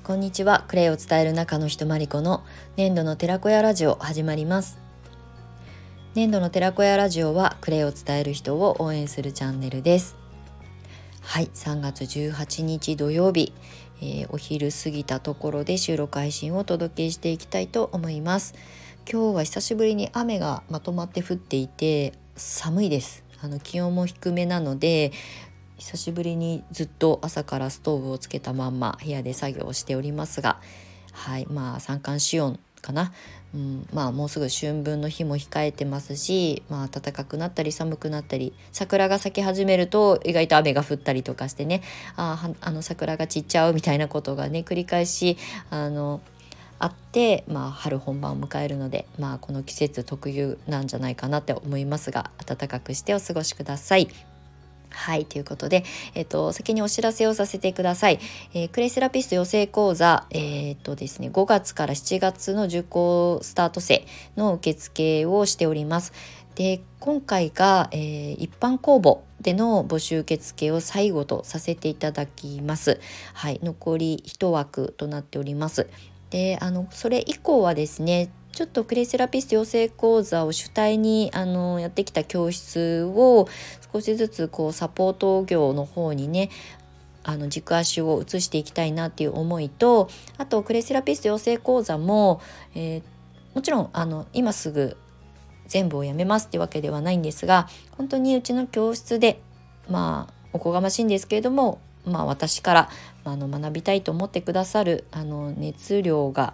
こんにちは。クレイを伝える中の人まりこの粘土の寺子屋ラジオ始まります。粘土の寺子屋ラジオはクレイを伝える人を応援するチャンネルです。はい、3月18日土曜日、お昼過ぎたところで収録配信をお届けしていきたいと思います。今日は久しぶりに雨がまとまって降っていて寒いです。気温も低めなので久しぶりにずっと朝からストーブをつけたまんま部屋で作業をしておりますが、はい、三寒四温かな、もうすぐ春分の日も控えてますし、暖かくなったり寒くなったり、桜が咲き始めると意外と雨が降ったりとかしてね、桜が散っちゃうみたいなことがね繰り返しあって、春本番を迎えるので、この季節特有なんじゃないかなって思いますが、暖かくしてお過ごしください。はい、ということで、先にお知らせをさせてください。クレイセラピスト養成講座、ですね、5月から7月の受講スタート生の受付をしております。で、今回が、一般公募での募集受付を最後とさせていただきます。はい、残り1枠となっております。で、それ以降はですね、ちょっとクレイセラピスト養成講座を主体にやってきた教室を少しずつサポート業の方にね軸足を移していきたいなっていう思いと、あとクレイセラピスト養成講座も、もちろん今すぐ全部をやめますってわけではないんですが、本当にうちの教室でおこがましいんですけれども、私から学びたいと思ってくださる熱量が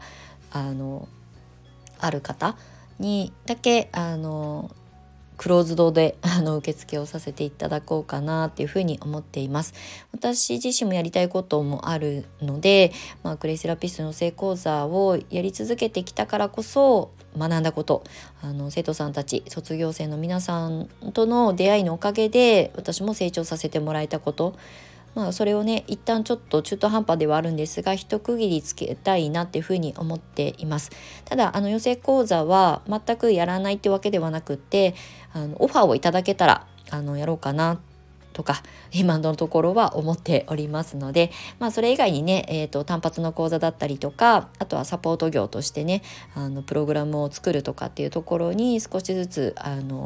ある方にだけクローズドで受付をさせていただこうかなっていうふうに思っています。私自身もやりたいこともあるので、クレイセラピストの養成講座をやり続けてきたからこそ学んだこと、生徒さんたち卒業生の皆さんとの出会いのおかげで私も成長させてもらえたこと、それをね一旦ちょっと中途半端ではあるんですが一区切りつけたいなっていうふうに思っています。ただ養成講座は全くやらないってわけではなくって、オファーをいただけたらやろうかなとか今のところは思っておりますので、それ以外にね、単発の講座だったりとか、あとはサポート業としてねプログラムを作るとかっていうところに少しずつ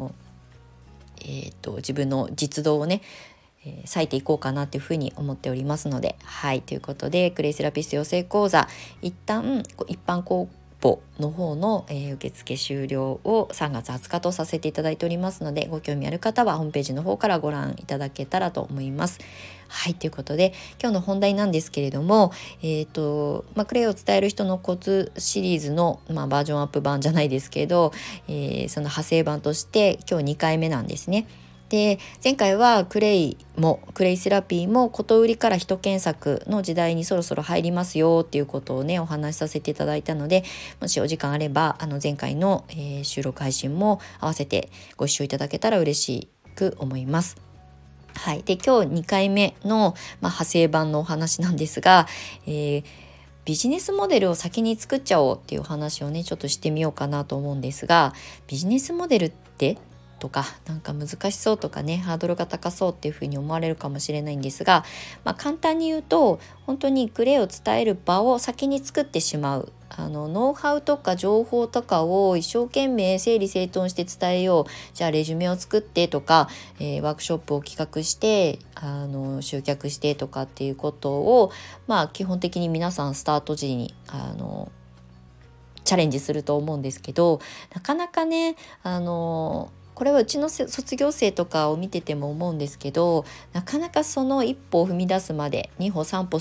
自分の実動をね割いていこうかなというふうに思っておりますので、はい、ということでクレイセラピスト養成講座一旦一般公募の方の、受付終了を3月20日とさせていただいておりますので、ご興味ある方はホームページの方からご覧いただけたらと思います。はい、ということで今日の本題なんですけれども、クレイを伝える人のコツシリーズの、バージョンアップ版じゃないですけど、その派生版として今日2回目なんですね。で、前回はクレイセラピーもこと売りから人検索の時代にそろそろ入りますよっていうことをねお話しさせていただいたので、もしお時間あれば前回の、収録配信も合わせてご視聴いただけたら嬉しく思います。はい、で今日2回目の、派生版のお話なんですが、ビジネスモデルを先に作っちゃおうっていう話をねちょっとしてみようかなと思うんですが、ビジネスモデルってとかなんか難しそうとかねハードルが高そうっていうふうに思われるかもしれないんですが、簡単に言うと本当にクレイを伝える場を先に作ってしまう、ノウハウとか情報とかを一生懸命整理整頓して伝えよう、じゃあレジュメを作ってとか、ワークショップを企画して集客してとかっていうことを基本的に皆さんスタート時にチャレンジすると思うんですけど、なかなかねこれはうちの卒業生とかを見てても思うんですけど、なかなかその一歩を踏み出すまで2歩3歩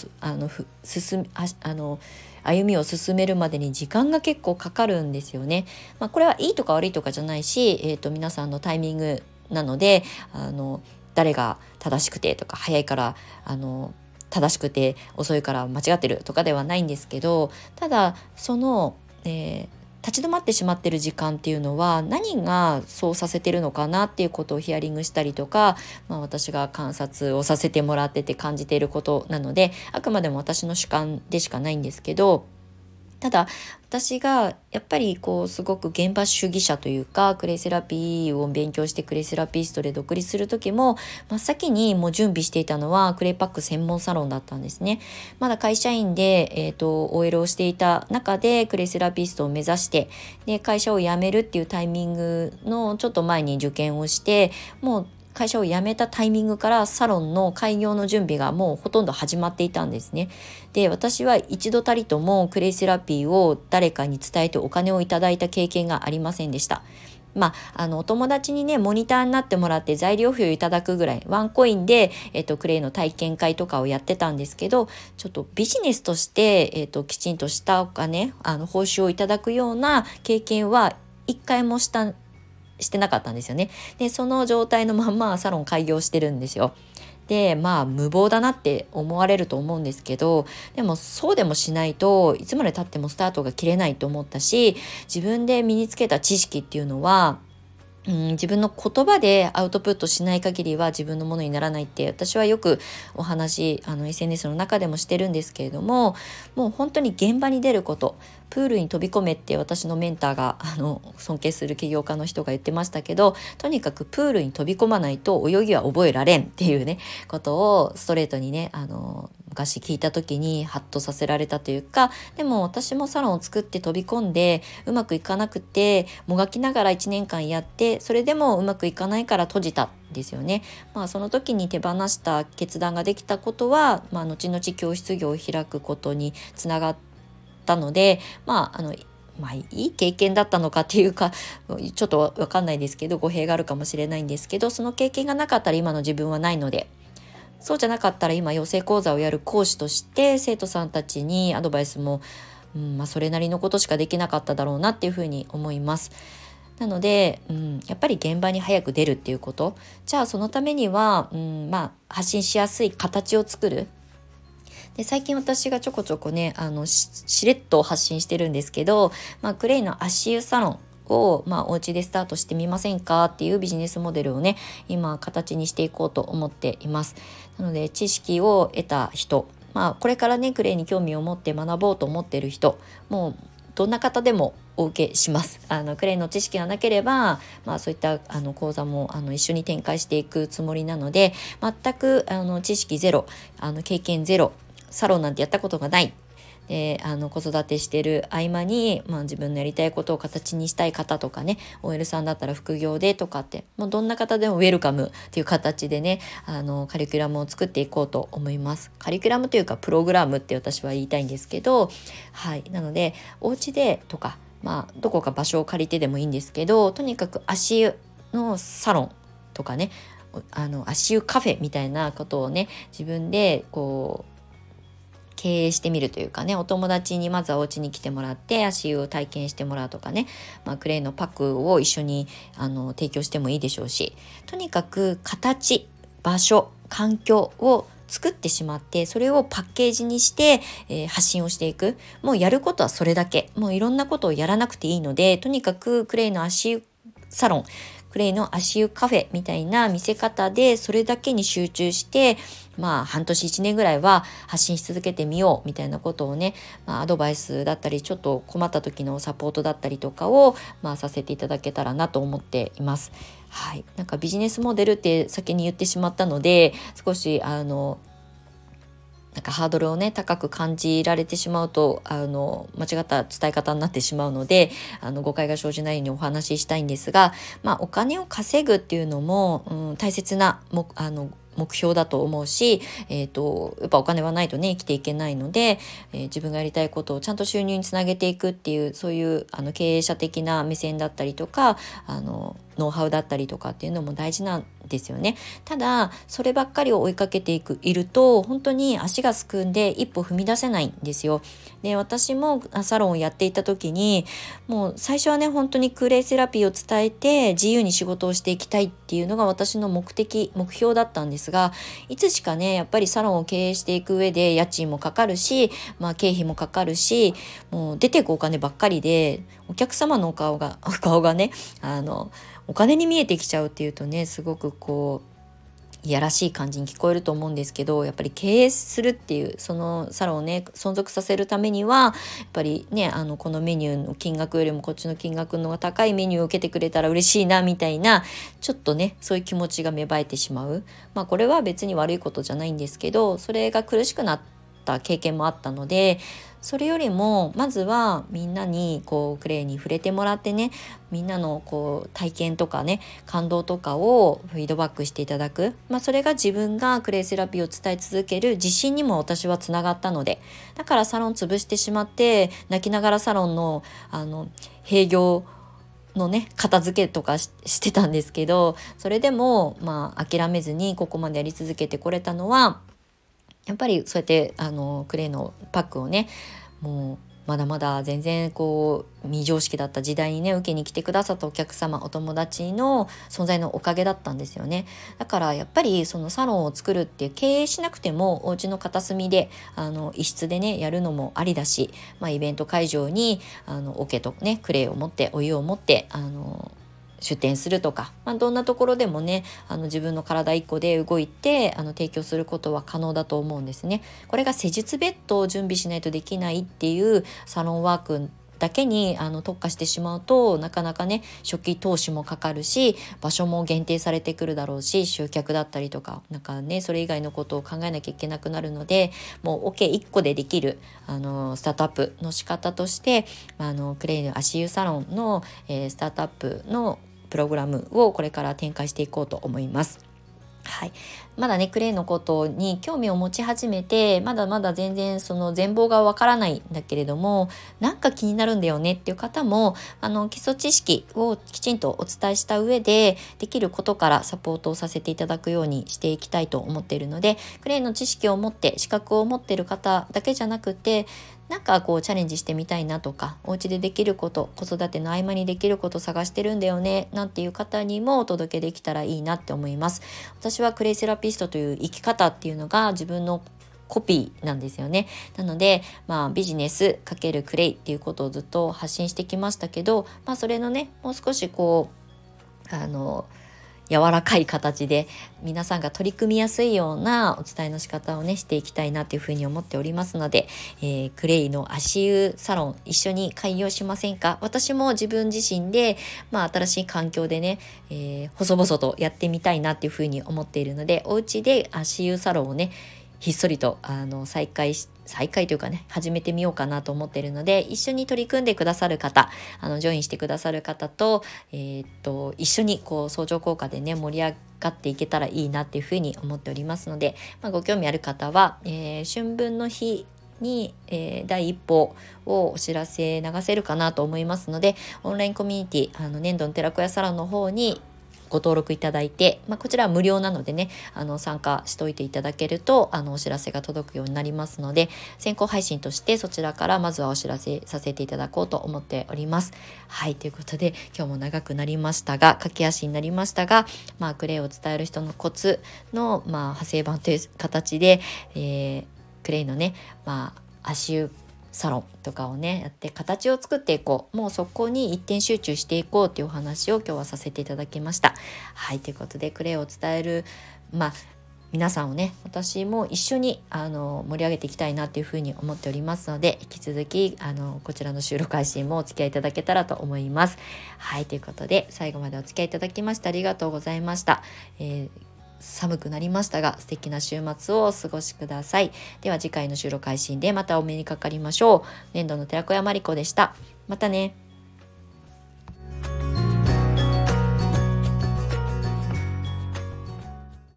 歩みを進めるまでに時間が結構かかるんですよね。これはいいとか悪いとかじゃないし、皆さんのタイミングなので誰が正しくてとか早いから正しくて遅いから間違ってるとかではないんですけど、ただその、立ち止まってしまっている時間っていうのは何がそうさせてるのかなっていうことをヒアリングしたりとか、私が観察をさせてもらってて感じていることなので、あくまでも私の主観でしかないんですけど、 ただ私がやっぱりすごく現場主義者というか、クレイセラピーを勉強してクレイセラピストで独立する時も真っ先にもう準備していたのはクレイパック専門サロンだったんですね。まだ会社員で、OL をしていた中でクレイセラピストを目指して、で会社を辞めるっていうタイミングのちょっと前に受験をして、もう会社を辞めたタイミングからサロンの開業の準備がもうほとんど始まっていたんですね。で、私は一度たりともクレイセラピーを誰かに伝えてお金をいただいた経験がありませんでした。お友達にね、モニターになってもらって材料費をいただくぐらい、ワンコインで、クレイの体験会とかをやってたんですけど、ちょっとビジネスとして、きちんとしたお金、報酬をいただくような経験は一回もしてなかったんですよね。で、その状態のまんまサロン開業してるんですよ。で、無謀だなって思われると思うんですけど、でもそうでもしないといつまで経ってもスタートが切れないと思ったし、自分で身につけた知識っていうのは自分の言葉でアウトプットしない限りは自分のものにならないって私はよくお話SNS の中でもしてるんですけれども、もう本当に現場に出ること、プールに飛び込めって私のメンターが尊敬する起業家の人が言ってましたけど、とにかくプールに飛び込まないと泳ぎは覚えられんっていうねことをストレートにね昔聞いた時にハッとさせられたというか、でも私もサロンを作って飛び込んでうまくいかなくてもがきながら1年間やって、それでもうまくいかないから閉じたんですよね。その時に手放した決断ができたことは、後々教室業を開くことにつながったので、いい経験だったのかっていうかちょっとわかんないですけど、語弊があるかもしれないんですけど、その経験がなかったら今の自分はないので、そうじゃなかったら今養成講座をやる講師として生徒さんたちにアドバイスも、それなりのことしかできなかっただろうなっていうふうに思います。なので、やっぱり現場に早く出るっていうこと、じゃあそのためには、発信しやすい形を作る。で、最近私がちょこちょこねしれっと発信してるんですけど、クレイの足湯サロンを、お家でスタートしてみませんかっていうビジネスモデルをね今形にしていこうと思っています。なので知識を得た人、これからねクレイに興味を持って学ぼうと思っている人、もうどんな方でもお受けします。クレイの知識がなければ、そういった講座も一緒に展開していくつもりなので、全く知識ゼロ、経験ゼロ、サロンなんてやったことがないで子育てしてる合間に、自分のやりたいことを形にしたい方とかね、 OL さんだったら副業でとかって、もうどんな方でもウェルカムっていう形でねカリキュラムを作っていこうと思います。カリキュラムというかプログラムって私は言いたいんですけど、なのでお家でとか、どこか場所を借りてでもいいんですけど、とにかく足湯のサロンとかね、足湯カフェみたいなことをね自分で経営してみるというかね、お友達にまずはお家に来てもらって足湯を体験してもらうとかね、クレイのパックを一緒に提供してもいいでしょうし、とにかく形、場所、環境を作ってしまって、それをパッケージにして、発信をしていく。もうやることはそれだけ、もういろんなことをやらなくていいので、とにかくクレイの足湯サロン、クレイの足湯カフェみたいな見せ方でそれだけに集中して、半年1年ぐらいは発信し続けてみようみたいなことをね、アドバイスだったりちょっと困った時のサポートだったりとかを、させていただけたらなと思っています。なんかビジネスモデルって先に言ってしまったので、少しなんかハードルをね高く感じられてしまうと間違った伝え方になってしまうので誤解が生じないようにお話ししたいんですが、お金を稼ぐっていうのも、大切な目標だと思うし、やっぱお金はないとね生きていけないので、自分がやりたいことをちゃんと収入につなげていくっていう、そういう経営者的な目線だったりとかノウハウだったりとかっていうのも大事なんですよね。ただそればっかりを追いかけていると本当に足がすくんで一歩踏み出せないんですよ。で、私もサロンをやっていた時にもう最初はね本当にクレイセラピーを伝えて自由に仕事をしていきたいっていうのが私の目標だったんですが、いつしかねやっぱりサロンを経営していく上で家賃もかかるし、経費もかかるし、もう出ていくお金ばっかりでお客様のお顔がねお金に見えてきちゃうっていうとねすごくいやらしい感じに聞こえると思うんですけど、やっぱり経営するっていうそのサロンをね存続させるためにはやっぱりねこのメニューの金額よりもこっちの金額の方が高いメニューを受けてくれたら嬉しいなみたいな、ちょっとねそういう気持ちが芽生えてしまう。これは別に悪いことじゃないんですけど、それが苦しくなった経験もあったので、それよりもまずはみんなにクレイに触れてもらってね、みんなの体験とかね感動とかをフィードバックしていただく、それが自分がクレイセラピーを伝え続ける自信にも私はつながったので、だからサロン潰してしまって泣きながらサロンの閉業のね片付けとかしてたんですけど、それでも諦めずにここまでやり続けてこれたのは、やっぱりそうやってクレイのパックをね、もうまだまだ全然未常識だった時代にね受けに来てくださったお客様、お友達の存在のおかげだったんですよね。だからやっぱりそのサロンを作るって経営しなくてもお家の片隅で一室でねやるのもありだし、イベント会場に桶とねクレイを持ってお湯を持って出店するとか、どんなところでもね自分の体一個で動いて提供することは可能だと思うんですね。これが施術ベッドを準備しないとできないっていうサロンワークだけに特化してしまうと、なかなかね初期投資もかかるし、場所も限定されてくるだろうし、集客だったりとかそれ以外のことを考えなきゃいけなくなるので、もう OK1 個でできるスタートアップの仕方としてクレイの足湯サロンの、スタートアップのプログラムをこれから展開していこうと思います。はい、まだねクレイのことに興味を持ち始めてまだまだ全然その全貌がわからないんだけれども、なんか気になるんだよねっていう方も基礎知識をきちんとお伝えした上でできることからサポートをさせていただくようにしていきたいと思っているので、クレイの知識を持って資格を持っている方だけじゃなくて、なんかチャレンジしてみたいなとか、お家でできること、子育ての合間にできること探してるんだよねなんていう方にもお届けできたらいいなって思います。私はクレイセラピストという生き方っていうのが自分のコピーなんですよね。なので、ビジネス×クレイっていうことをずっと発信してきましたけど、それのねもう少し柔らかい形で皆さんが取り組みやすいようなお伝えの仕方をねしていきたいなというふうに思っておりますので、クレイの足湯サロン一緒に開業しませんか。私も自分自身で、新しい環境でね、細々とやってみたいなっていうふうに思っているので、お家で足湯サロンをねひっそりと再開というかね始めてみようかなと思っているので、一緒に取り組んでくださる方、ジョインしてくださる方と、一緒に相乗効果でね盛り上がっていけたらいいなっていうふうに思っておりますので、ご興味ある方は、春分の日に、第一歩をお知らせ流せるかなと思いますので、オンラインコミュニティ粘土の寺子屋サロンの方にご登録いただいて、こちらは無料なのでね参加しといていただけるとお知らせが届くようになりますので、先行配信としてそちらからまずはお知らせさせていただこうと思っております。はい、ということで今日も長くなりましたが、駆け足になりましたが、クレイを伝える人のコツの、派生版という形で、クレイのね、足湯サロンとかをねやって形を作っていこう、もうそこに一点集中していこうというお話を今日はさせていただきました。はい、ということでクレイを伝える皆さんをね私も一緒に盛り上げていきたいなというふうに思っておりますので、引き続きこちらの収録配信もお付き合いいただけたらと思います。はい、ということで最後までお付き合いいただきましてありがとうございました。寒くなりましたが素敵な週末をお過ごしください。では次回の収録配信でまたお目にかかりましょう。粘土の寺子屋まりこでした。またね。